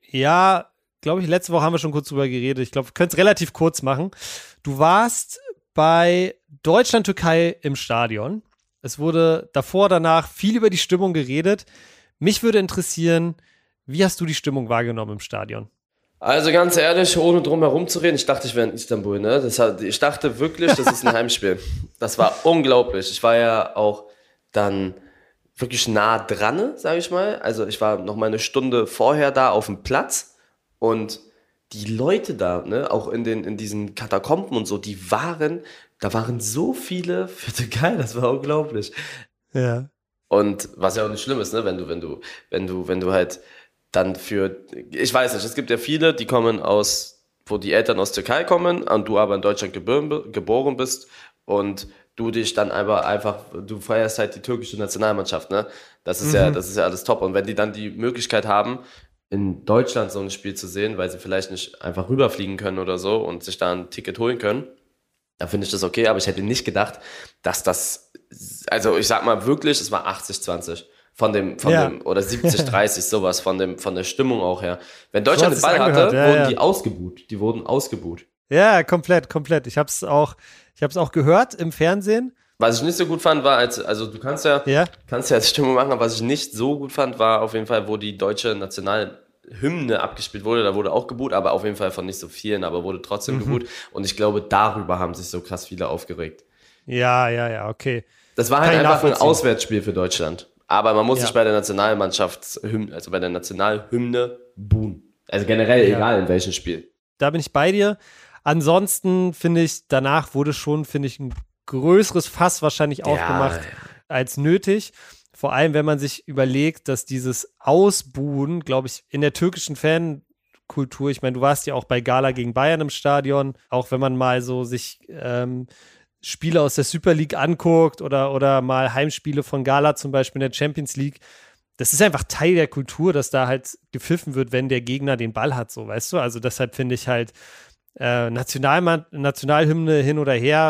ja, glaube ich, letzte Woche haben wir schon kurz drüber geredet. Ich glaube, wir können es relativ kurz machen. Du warst bei Deutschland-Türkei im Stadion. Es wurde davor, danach viel über die Stimmung geredet. Mich würde interessieren, wie hast du die Stimmung wahrgenommen im Stadion? Also ganz ehrlich, ohne drum herum zu reden, ich dachte, ich wäre in Istanbul, ne? Das hat, ich dachte wirklich, das ist ein Heimspiel. Das war unglaublich. Ich war ja auch dann wirklich nah dran, sage ich mal. Also ich war noch mal eine Stunde vorher da auf dem Platz und die Leute da, ne, auch in den in diesen Katakomben und so, die waren, da waren so viele für Türkei, das war unglaublich. Ja. Und was ja auch nicht schlimm ist, ne, wenn du, wenn du, wenn du, wenn du halt dann für, ich weiß nicht, es gibt ja viele, die kommen aus, wo die Eltern aus Türkei kommen und du aber in Deutschland geboren, geboren bist und du dich dann einfach, einfach, du feierst halt die türkische Nationalmannschaft, ne? Das ist mhm. ja, das ist ja alles top. Und wenn die dann die Möglichkeit haben, in Deutschland so ein Spiel zu sehen, weil sie vielleicht nicht einfach rüberfliegen können oder so und sich da ein Ticket holen können, dann finde ich das okay, aber ich hätte nicht gedacht, dass das, also ich sag mal wirklich, es war achtzig zwanzig von dem, von ja. dem, oder siebzig dreißig sowas, von dem, von der Stimmung auch her. Wenn Deutschland so den Ball hatte, ja, wurden ja. die ausgebuht, die wurden ausgebuht. Ja, komplett, komplett. Ich hab's auch, ich hab's auch gehört im Fernsehen. Was ich nicht so gut fand, war, als, also du kannst ja, ja, kannst ja Stimmung machen, aber was ich nicht so gut fand, war auf jeden Fall, wo die deutsche Nationalhymne abgespielt wurde, da wurde auch geboot, aber auf jeden Fall von nicht so vielen, aber wurde trotzdem mhm. geboot. Und ich glaube, darüber haben sich so krass viele aufgeregt. Ja, ja, ja, okay. Das war halt einfach ein Auswärtsspiel für Deutschland. Aber man muss ja. sich bei der Nationalmannschaft, also bei der Nationalhymne buhen. Also generell, ja. egal in welchem Spiel. Da bin ich bei dir. Ansonsten finde ich, danach wurde schon, finde ich, ein größeres Fass wahrscheinlich aufgemacht ja, ja. als nötig. Vor allem, wenn man sich überlegt, dass dieses Ausbuhen, glaube ich, in der türkischen Fankultur, ich meine, du warst ja auch bei Gala gegen Bayern im Stadion, auch wenn man mal so sich ähm, Spiele aus der Super League anguckt oder, oder mal Heimspiele von Gala zum Beispiel in der Champions League, das ist einfach Teil der Kultur, dass da halt gepfiffen wird, wenn der Gegner den Ball hat, so, weißt du? Also deshalb finde ich halt äh, Nationalmann- Nationalhymne hin oder her,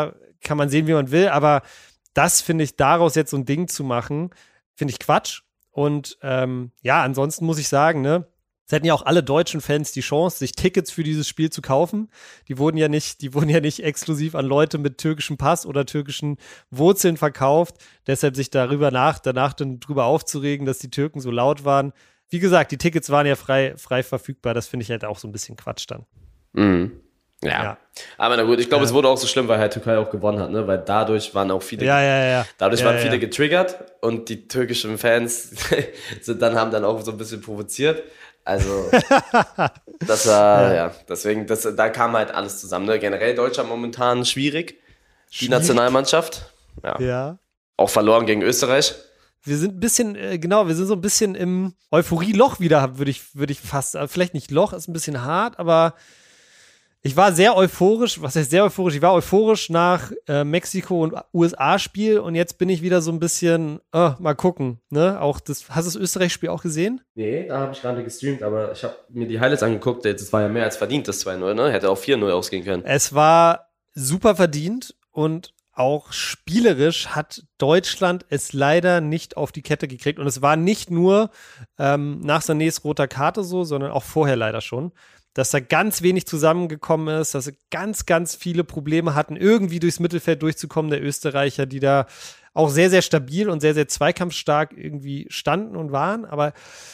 kann man sehen, wie man will, aber das finde ich, daraus jetzt so ein Ding zu machen, finde ich Quatsch. Und ähm, ja, ansonsten muss ich sagen, ne, es hätten ja auch alle deutschen Fans die Chance, sich Tickets für dieses Spiel zu kaufen. Die wurden ja nicht, die wurden ja nicht exklusiv an Leute mit türkischem Pass oder türkischen Wurzeln verkauft. Deshalb sich darüber nach, danach dann drüber aufzuregen, dass die Türken so laut waren. Wie gesagt, die Tickets waren ja frei, frei verfügbar. Das finde ich halt auch so ein bisschen Quatsch dann. Mhm. Ja. ja. Aber na gut, ich glaube, ja. es wurde auch so schlimm, weil halt Türkei auch gewonnen hat, ne? Weil dadurch waren auch viele, ja, ja, ja. dadurch ja, waren ja, viele ja. getriggert und die türkischen Fans sind dann, haben dann auch so ein bisschen provoziert. Also, das war, ja, ja deswegen, das, da kam halt alles zusammen. Ne? Generell Deutschland momentan schwierig. Die schwierig. Nationalmannschaft. Ja. ja. Auch verloren gegen Österreich. Wir sind ein bisschen, äh, genau, wir sind so ein bisschen im Euphorie-Loch wieder, würde ich, würde ich fast, vielleicht nicht Loch, ist ein bisschen hart, aber ich war sehr euphorisch, was heißt sehr euphorisch? Ich war euphorisch nach äh, Mexiko- und U S A-Spiel und jetzt bin ich wieder so ein bisschen, äh, mal gucken, ne? Auch das, hast du das Österreich-Spiel auch gesehen? Nee, da habe ich gerade gestreamt, aber ich habe mir die Highlights angeguckt, das war ja mehr als verdient, das zwei null, ne? Hätte auch vier null ausgehen können. Es war super verdient und auch spielerisch hat Deutschland es leider nicht auf die Kette gekriegt und es war nicht nur ähm, nach Sanés roter Karte so, sondern auch vorher leider schon, dass da ganz wenig zusammengekommen ist, dass sie ganz, ganz viele Probleme hatten, irgendwie durchs Mittelfeld durchzukommen, der Österreicher, die da auch sehr, sehr stabil und sehr, sehr zweikampfstark irgendwie standen und waren. Aber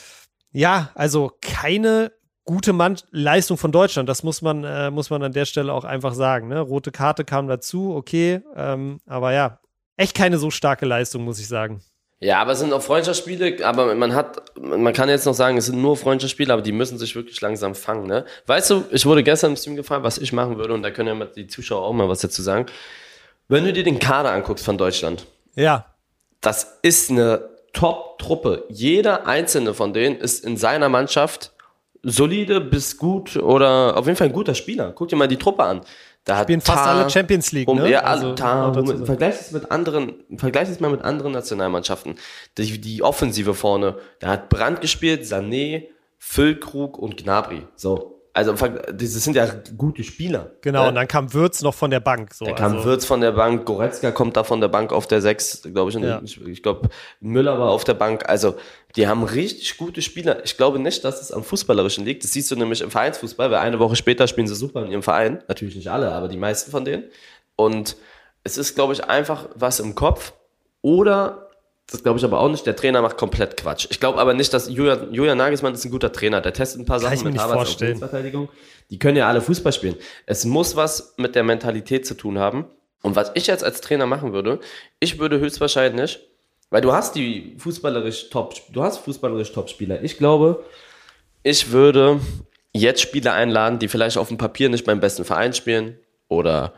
ja, also keine gute Mann- Leistung von Deutschland, das muss man, äh, muss man an der Stelle auch einfach sagen. Ne? Rote Karte kam dazu, okay, ähm, aber ja, echt keine so starke Leistung, muss ich sagen. Ja, aber es sind auch Freundschaftsspiele, aber man hat, man kann jetzt noch sagen, es sind nur Freundschaftsspiele, aber die müssen sich wirklich langsam fangen, ne? Weißt du, ich wurde gestern im Stream gefragt, was ich machen würde und da können ja die Zuschauer auch mal was dazu sagen. Wenn du dir den Kader anguckst von Deutschland. Ja. Das ist eine Top-Truppe. Jeder einzelne von denen ist in seiner Mannschaft solide bis gut oder auf jeden Fall ein guter Spieler. Guck dir mal die Truppe an. Da hat spielen fast Tar, alle Champions League, ne? Ja, also, Tar, vergleich es mit anderen, vergleich es mal mit anderen Nationalmannschaften. Die, die Offensive vorne, da hat Brandt gespielt, Sané, Füllkrug und Gnabry. So. Also, das sind ja gute Spieler. Genau, äh? und dann kam Würz noch von der Bank. So, da kam also. Würz von der Bank, Goretzka kommt da von der Bank auf der sechs, glaube ich. Ja. Ich, ich glaube, Müller war auf der Bank. Also, die haben richtig gute Spieler. Ich glaube nicht, dass es am Fußballerischen liegt. Das siehst du nämlich im Vereinsfußball, weil eine Woche später spielen sie super in ihrem Verein. Natürlich nicht alle, aber die meisten von denen. Und es ist, glaube ich, einfach was im Kopf. Oder, das glaube ich aber auch nicht, der Trainer macht komplett Quatsch. Ich glaube aber nicht, dass Julian, Julian Nagelsmann ist ein guter Trainer. Der testet ein paar Kann Sachen mit Havertz auf Linksverteidigung. Die können ja alle Fußball spielen. Es muss was mit der Mentalität zu tun haben. Und was ich jetzt als Trainer machen würde, ich würde höchstwahrscheinlich, weil du hast die fußballerisch Top, du hast fußballerisch Top-Spieler. Ich glaube, ich würde jetzt Spieler einladen, die vielleicht auf dem Papier nicht beim besten Verein spielen oder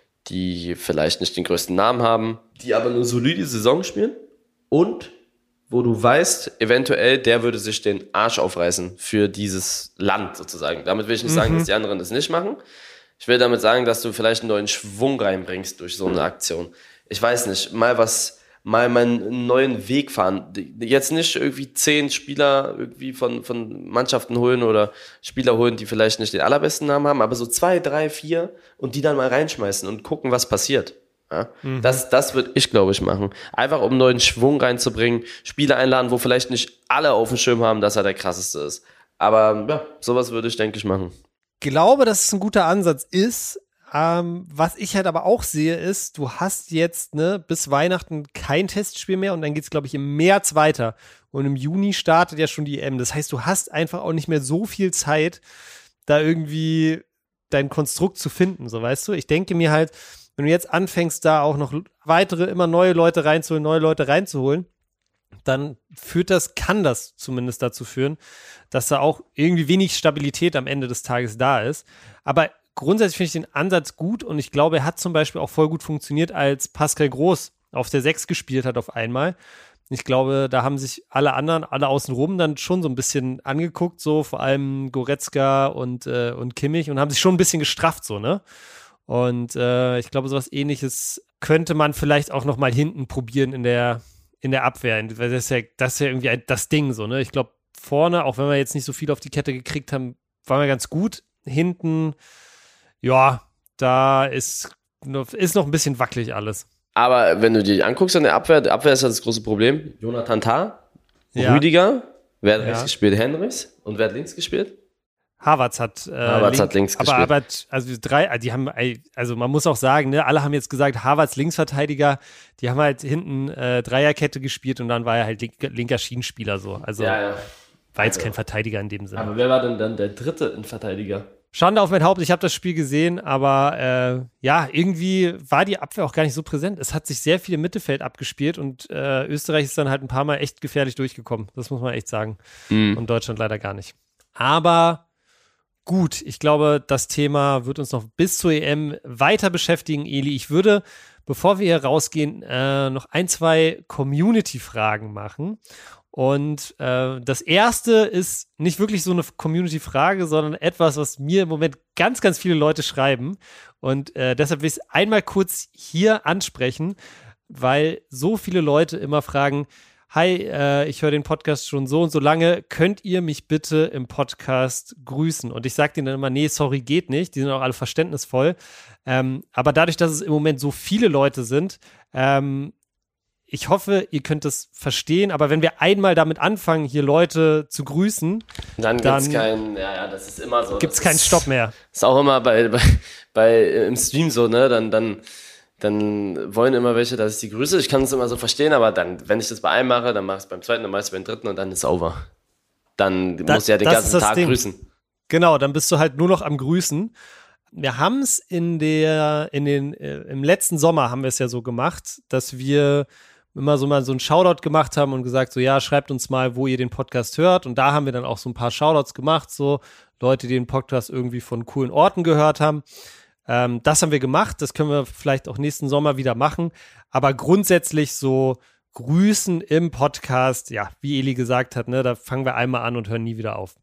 die vielleicht nicht den größten Namen haben, die aber eine solide Saison spielen und wo du weißt, eventuell der würde sich den Arsch aufreißen für dieses Land sozusagen. Damit will ich nicht mhm. sagen, dass die anderen das nicht machen. Ich will damit sagen, dass du vielleicht einen neuen Schwung reinbringst durch so eine Aktion. Ich weiß nicht, mal was, mal meinen neuen Weg fahren. Jetzt nicht irgendwie zehn Spieler irgendwie von, von Mannschaften holen oder Spieler holen, die vielleicht nicht den allerbesten Namen haben, aber so zwei, drei, vier und die dann mal reinschmeißen und gucken, was passiert. Ja? Mhm. Das, das würde ich, glaube ich, machen. Einfach um neuen Schwung reinzubringen, Spieler einladen, wo vielleicht nicht alle auf dem Schirm haben, dass er der krasseste ist. Aber ja, sowas würde ich, denke ich, machen. Ich glaube, dass es ein guter Ansatz ist. Ähm, was ich halt aber auch sehe, ist, du hast jetzt ne, bis Weihnachten kein Testspiel mehr und dann geht es, glaube ich, im März weiter. Und im Juni startet ja schon die E M. Das heißt, du hast einfach auch nicht mehr so viel Zeit, da irgendwie dein Konstrukt zu finden, so weißt du. Ich denke mir halt, wenn du jetzt anfängst, da auch noch weitere, immer neue Leute reinzuholen, neue Leute reinzuholen, dann führt das, kann das zumindest dazu führen, dass da auch irgendwie wenig Stabilität am Ende des Tages da ist. Aber grundsätzlich finde ich den Ansatz gut und ich glaube, er hat zum Beispiel auch voll gut funktioniert, als Pascal Groß auf der sechs gespielt hat auf einmal. Ich glaube, da haben sich alle anderen, alle außenrum dann schon so ein bisschen angeguckt, so vor allem Goretzka und, äh, und Kimmich und haben sich schon ein bisschen gestrafft, so, ne? Und äh, ich glaube, sowas Ähnliches könnte man vielleicht auch noch mal hinten probieren in der, in der Abwehr. Weil das ist ja, das ist ja irgendwie ein, das Ding, so, ne? Ich glaube, vorne, auch wenn wir jetzt nicht so viel auf die Kette gekriegt haben, waren wir ganz gut. Hinten, ja, da ist ist noch ein bisschen wackelig alles. Aber wenn du dir anguckst an der Abwehr, der Abwehr ist ja das große Problem. Jonathan Tah, Ja. Rüdiger, wer hat Ja. rechts gespielt? Henrichs. Und wer hat links gespielt? Havertz hat, äh, Havertz link, hat links aber, gespielt. aber also die drei, die haben, also man muss auch sagen, ne, alle haben jetzt gesagt, Havertz Linksverteidiger, die haben halt hinten äh, Dreierkette gespielt und dann war er halt link, linker Schienenspieler so. Also Ja, ja. war jetzt Also. kein Verteidiger in dem Sinne. Aber wer war denn dann der dritte Innenverteidiger? Schande auf mein Haupt, ich habe das Spiel gesehen, aber äh, ja, irgendwie war die Abwehr auch gar nicht so präsent. Es hat sich sehr viel im Mittelfeld abgespielt und äh, Österreich ist dann halt ein paar Mal echt gefährlich durchgekommen. Das muss man echt sagen. Mhm. Und Deutschland leider gar nicht. Aber gut, ich glaube, das Thema wird uns noch bis zur E M weiter beschäftigen, Eli. Ich würde, bevor wir hier rausgehen, äh, noch ein, zwei Community-Fragen machen. Und äh, das erste ist nicht wirklich so eine Community-Frage, sondern etwas, was mir im Moment ganz, ganz viele Leute schreiben. Und äh, deshalb will ich es einmal kurz hier ansprechen, weil so viele Leute immer fragen, hi, äh, ich höre den Podcast schon so und so lange, könnt ihr mich bitte im Podcast grüßen? Und ich sage denen dann immer, nee, sorry, geht nicht. Die sind auch alle verständnisvoll. Ähm, aber dadurch, dass es im Moment so viele Leute sind, ähm, ich hoffe, ihr könnt es verstehen, aber wenn wir einmal damit anfangen, hier Leute zu grüßen, Dann, Dann gibt's keinen, ja, ja, das ist immer so. gibt es Das keinen ist- Stopp mehr. Ist auch immer bei, bei, bei im Stream so, ne? Dann, dann, dann wollen immer welche, dass ich die grüße. Ich kann es immer so verstehen, aber dann, wenn ich das bei einem mache, dann mache ich es beim zweiten, dann mache ich es beim dritten und dann ist over. Dann Da- muss ich ja den das ganzen ist das Tag Ding. grüßen. Genau, dann bist du halt nur noch am Grüßen. Wir haben es in der, in den, äh, im letzten Sommer haben wir es ja so gemacht, dass wir immer so mal so einen Shoutout gemacht haben und gesagt, so ja, schreibt uns mal, wo ihr den Podcast hört. Und da haben wir dann auch so ein paar Shoutouts gemacht, so Leute, die den Podcast irgendwie von coolen Orten gehört haben. Ähm, das haben wir gemacht, das können wir vielleicht auch nächsten Sommer wieder machen. Aber grundsätzlich so Grüßen im Podcast, ja, wie Eli gesagt hat, ne, da fangen wir einmal an und hören nie wieder auf.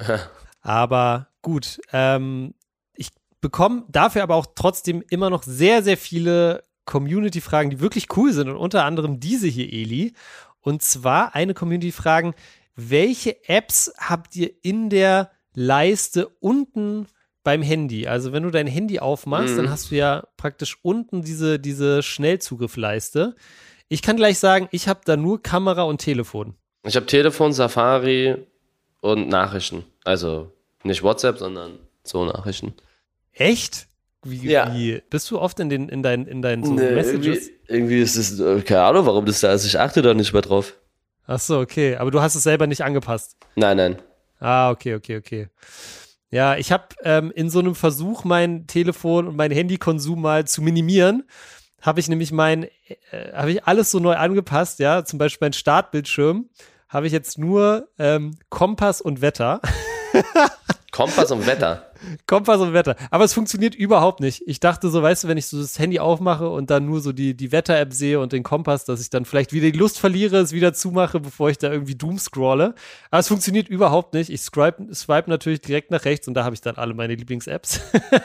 Aber gut, ähm, ich bekomme dafür aber auch trotzdem immer noch sehr, sehr viele Community-Fragen, die wirklich cool sind und unter anderem diese hier, Eli. Und zwar eine Community-Fragen, welche Apps habt ihr in der Leiste unten beim Handy? Also wenn du dein Handy aufmachst, Mhm. dann hast du ja praktisch unten diese, diese Schnellzugriffleiste. Ich kann gleich sagen, ich habe da nur Kamera und Telefon. Ich habe Telefon, Safari und Nachrichten. Also nicht WhatsApp, sondern so Nachrichten. Echt? Wie, Ja. wie bist du oft in den in deinen in deinen so Nee, Messages? irgendwie, irgendwie ist es, äh, keine Ahnung, warum das da ist. Ich achte da nicht mehr drauf. Ach so, okay, aber du hast es selber nicht angepasst. Nein, nein. Ah, okay, okay, okay. Ja, ich habe ähm, in so einem Versuch, mein Telefon und meinen Handykonsum mal zu minimieren, habe ich nämlich mein, äh, habe ich alles so neu angepasst, ja, zum Beispiel mein Startbildschirm habe ich jetzt nur ähm, Kompass und Wetter. Kompass und Wetter. Kompass und Wetter. Aber es funktioniert überhaupt nicht. Ich dachte so, weißt du, wenn ich so das Handy aufmache und dann nur so die, die Wetter-App sehe und den Kompass, dass ich dann vielleicht wieder die Lust verliere, es wieder zumache, bevor ich da irgendwie Doom scrolle. Aber es funktioniert überhaupt nicht. Ich swipe, swipe natürlich direkt nach rechts und da habe ich dann alle meine Lieblings-Apps.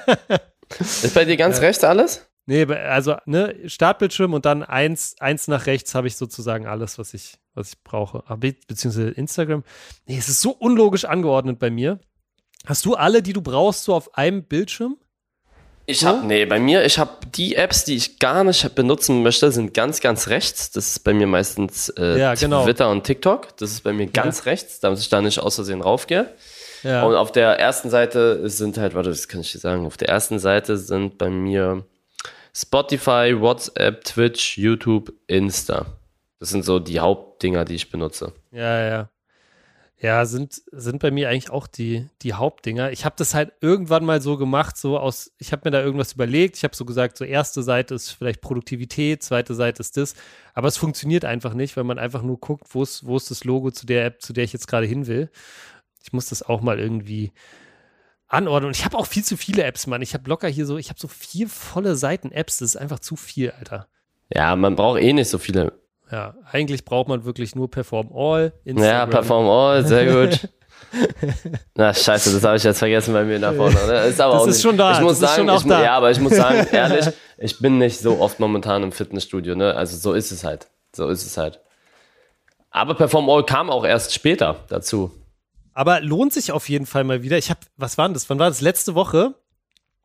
Ist bei dir ganz rechts alles? Nee, also ne, Startbildschirm und dann eins, eins nach rechts habe ich sozusagen alles, was ich, was ich brauche. Be- Beziehungsweise Instagram. Nee, es ist so unlogisch angeordnet bei mir. Hast du alle, die du brauchst, so auf einem Bildschirm? Ich habe, nee, bei mir, ich habe die Apps, die ich gar nicht benutzen möchte, sind ganz, ganz rechts. Das ist bei mir meistens äh, Ja, genau. Twitter und TikTok. Das ist bei mir ganz rechts, damit ich da nicht aus Versehen raufgehe. Ja. Und auf der ersten Seite sind halt, warte, das kann ich dir sagen, auf der ersten Seite sind bei mir Spotify, WhatsApp, Twitch, YouTube, Insta. Das sind so die Hauptdinger, die ich benutze. Ja, ja. Ja, sind, sind bei mir eigentlich auch die, die Hauptdinger. Ich habe das halt irgendwann mal so gemacht, so aus, ich habe mir da irgendwas überlegt. Ich habe so gesagt, so erste Seite ist vielleicht Produktivität, zweite Seite ist das. Aber es funktioniert einfach nicht, weil man einfach nur guckt, wo ist, wo ist das Logo zu der App, zu der ich jetzt gerade hin will. Ich muss das auch mal irgendwie anordnen. Und ich habe auch viel zu viele Apps, Mann. Ich habe locker hier so, ich habe so vier volle Seiten Apps. Das ist einfach zu viel, Alter. Ja, man braucht eh nicht so viele. Ja, eigentlich braucht man wirklich nur Perform All. Instagram. Ja, Perform All, sehr gut. Na, scheiße, das habe ich jetzt vergessen bei mir da vorne. Ne? Ist aber Das auch ist nicht. schon da, Ich muss das ist sagen, schon auch ich, da. Ja, aber ich muss sagen, ehrlich, ich bin nicht so oft momentan im Fitnessstudio. Ne? Also so ist es halt. So ist es halt. Aber Perform All kam auch erst später dazu. Aber lohnt sich auf jeden Fall mal wieder. Ich habe, was war denn das? Wann war das? Letzte Woche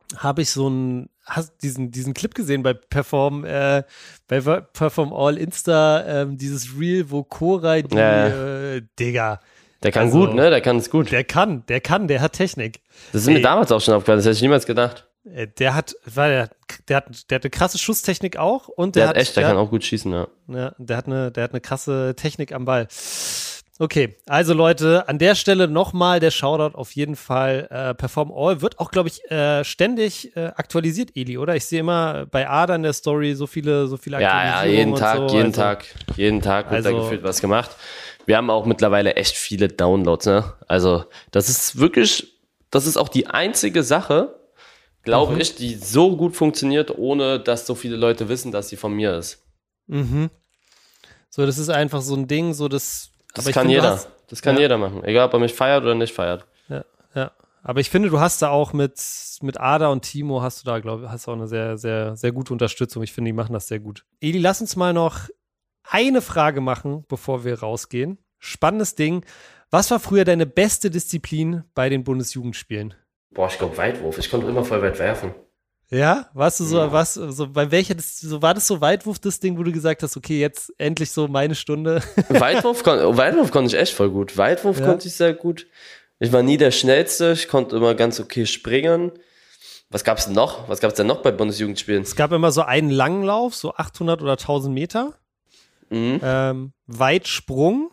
habe ich so einen, hast diesen, diesen Clip gesehen bei Perform, äh, bei Perform All Insta, ähm, dieses Reel, wo Koray die, ja. äh, Digga. Der kann also, gut, ne? Der kann es gut. Der kann, der kann, der hat Technik. Das ist Ey. mir damals auch schon aufgefallen, das hätte ich niemals gedacht. Der hat, war der, der hat, der hat eine krasse Schusstechnik auch und der, der hat hat echt, der, der kann auch gut schießen, ja. Ja, der hat eine, der hat eine krasse Technik am Ball. Okay, also Leute, an der Stelle nochmal der Shoutout auf jeden Fall. Äh, Perform All wird auch, glaube ich, äh, ständig äh, aktualisiert, Eli, oder? Ich sehe immer bei Ada in der Story so viele, so viele Aktualisierungen. Ja, ja, jeden Tag, so. jeden also, Tag, jeden Tag wird also, da gefühlt was gemacht. Wir haben auch mittlerweile echt viele Downloads, ne? Also, das ist wirklich, das ist auch die einzige Sache, glaube mhm. ich, die so gut funktioniert, ohne dass so viele Leute wissen, dass sie von mir ist. Mhm. So, das ist einfach so ein Ding, so das. Das aber kann find, jeder. Hast, das kann ja. jeder machen. Egal, ob er mich feiert oder nicht feiert. Ja, ja. Aber ich finde, du hast da auch mit, mit Ada und Timo hast du da, glaube ich, hast auch eine sehr, sehr, sehr gute Unterstützung. Ich finde, die machen das sehr gut. Eli, lass uns mal noch eine Frage machen, bevor wir rausgehen. Spannendes Ding. Was war früher deine beste Disziplin bei den Bundesjugendspielen? Boah, ich glaube Weitwurf. Ich konnte immer voll weit werfen. Ja? Warst du so, ja. was, so, bei welcher, so, war das so Weitwurf, das Ding, wo du gesagt hast, okay, jetzt endlich so meine Stunde? Weitwurf, kon- Weitwurf konnte ich echt voll gut. Weitwurf ja. konnte ich sehr gut. Ich war nie der Schnellste, ich konnte immer ganz okay springen. Was gab's denn noch? Was gab's denn noch bei Bundesjugendspielen? Es gab immer so einen langen Lauf, so achthundert oder tausend Meter. Mhm. Ähm, Weitsprung,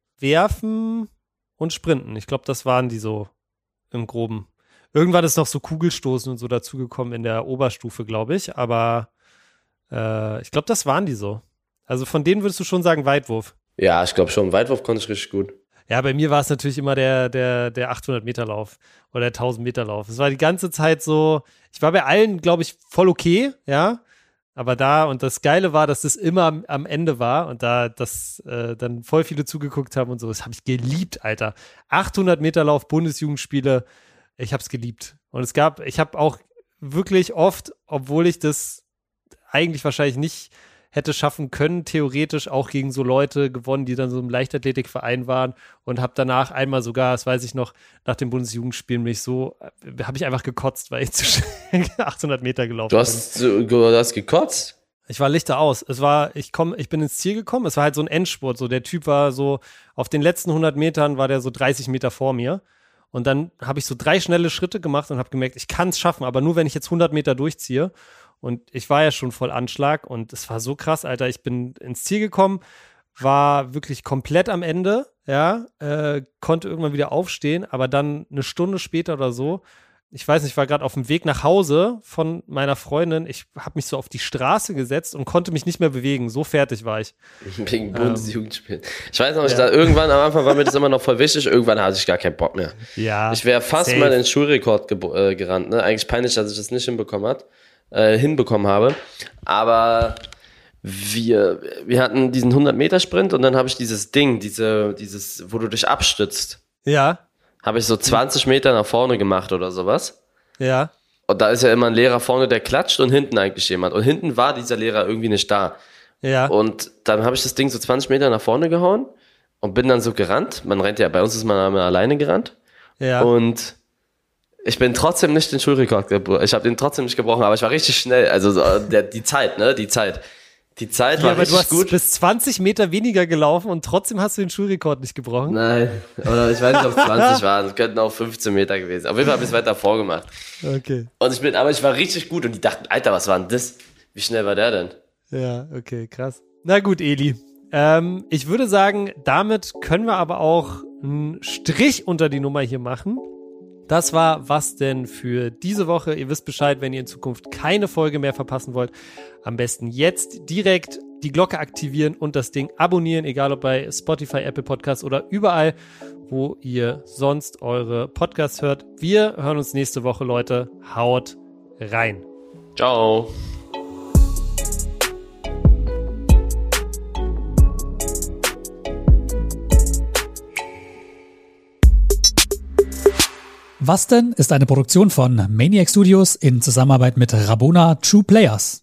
Werfen und Sprinten. Ich glaube, das waren die so im Groben. Irgendwann ist noch so Kugelstoßen und so dazugekommen in der Oberstufe, glaube ich. Aber äh, ich glaube, das waren die so. Also von denen würdest du schon sagen Weitwurf. Ja, ich glaube schon. Weitwurf konnte ich richtig gut. Ja, bei mir war es natürlich immer der, der, der achthundert-Meter-Lauf oder der tausend-Meter-Lauf. Es war die ganze Zeit so, ich war bei allen, glaube ich, voll okay, ja. Aber da, und das Geile war, dass das immer am, am Ende war und da das äh, dann voll viele zugeguckt haben und so. Das habe ich geliebt, Alter. achthundert-Meter-Lauf, Bundesjugendspiele, ich habe es geliebt. Und es gab, ich habe auch wirklich oft, obwohl ich das eigentlich wahrscheinlich nicht hätte schaffen können, theoretisch auch gegen so Leute gewonnen, die dann so im Leichtathletikverein waren und habe danach einmal sogar, das weiß ich noch, nach den Bundesjugendspielen mich so, habe ich einfach gekotzt, weil ich zu schnell achthundert Meter gelaufen du hast, bin. Du hast gekotzt? Ich war Lichter aus. Es war, ich komm, ich bin ins Ziel gekommen, es war halt so ein Endspurt, so der Typ war so, auf den letzten hundert Metern war der so dreißig Meter vor mir und dann habe ich so drei schnelle Schritte gemacht und habe gemerkt, ich kann es schaffen, aber nur, wenn ich jetzt hundert Meter durchziehe. Und ich war ja schon voll Anschlag und es war so krass, Alter. Ich bin ins Ziel gekommen, war wirklich komplett am Ende, ja, äh, konnte irgendwann wieder aufstehen, aber dann eine Stunde später oder so, ich weiß nicht, ich war gerade auf dem Weg nach Hause von meiner Freundin, ich habe mich so auf die Straße gesetzt und konnte mich nicht mehr bewegen, so fertig war ich. Wegen ähm, Bundesjugendspielen. Ich weiß noch, ich ja. da, irgendwann am Anfang war mir das immer noch voll wichtig, irgendwann hatte ich gar keinen Bock mehr. Ja, ich wäre fast safe. mal in den Schulrekord ge- äh, gerannt, ne? Eigentlich peinlich, dass ich das nicht hinbekommen hat. Äh, hinbekommen habe, aber wir, wir hatten diesen hundert-Meter-Sprint und dann habe ich dieses Ding, diese, dieses, wo du dich abstützt. Ja. Habe ich so zwanzig Meter nach vorne gemacht oder sowas. Ja. Und da ist ja immer ein Lehrer vorne, der klatscht und hinten eigentlich jemand. Und hinten war dieser Lehrer irgendwie nicht da. Ja. Und dann habe ich das Ding so zwanzig Meter nach vorne gehauen und bin dann so gerannt. Man rennt ja, bei uns ist man immer alleine gerannt. Ja. Und ich bin trotzdem nicht den Schulrekord gebrochen. Ich habe den trotzdem nicht gebrochen, aber ich war richtig schnell. Also so, der, die Zeit, ne? Die Zeit. Die Zeit ja, war aber richtig du hast gut. bis zwanzig Meter weniger gelaufen und trotzdem hast du den Schulrekord nicht gebrochen. Nein, oder ich weiß nicht, ob es zwanzig waren. Es könnten auch fünfzehn Meter gewesen. Auf jeden Fall habe ich es weiter vorgemacht. Okay. Und ich bin, aber ich war richtig gut und die dachten, Alter, was war denn das? Wie schnell war der denn? Ja, okay, krass. Na gut, Eli. Ähm, ich würde sagen, damit können wir aber auch einen Strich unter die Nummer hier machen. Das war was denn für diese Woche. Ihr wisst Bescheid, wenn ihr in Zukunft keine Folge mehr verpassen wollt. Am besten jetzt direkt die Glocke aktivieren und das Ding abonnieren, egal ob bei Spotify, Apple Podcasts oder überall, wo ihr sonst eure Podcasts hört. Wir hören uns nächste Woche, Leute. Haut rein. Ciao. Was denn ist eine Produktion von Maniac Studios in Zusammenarbeit mit Rabona True Players.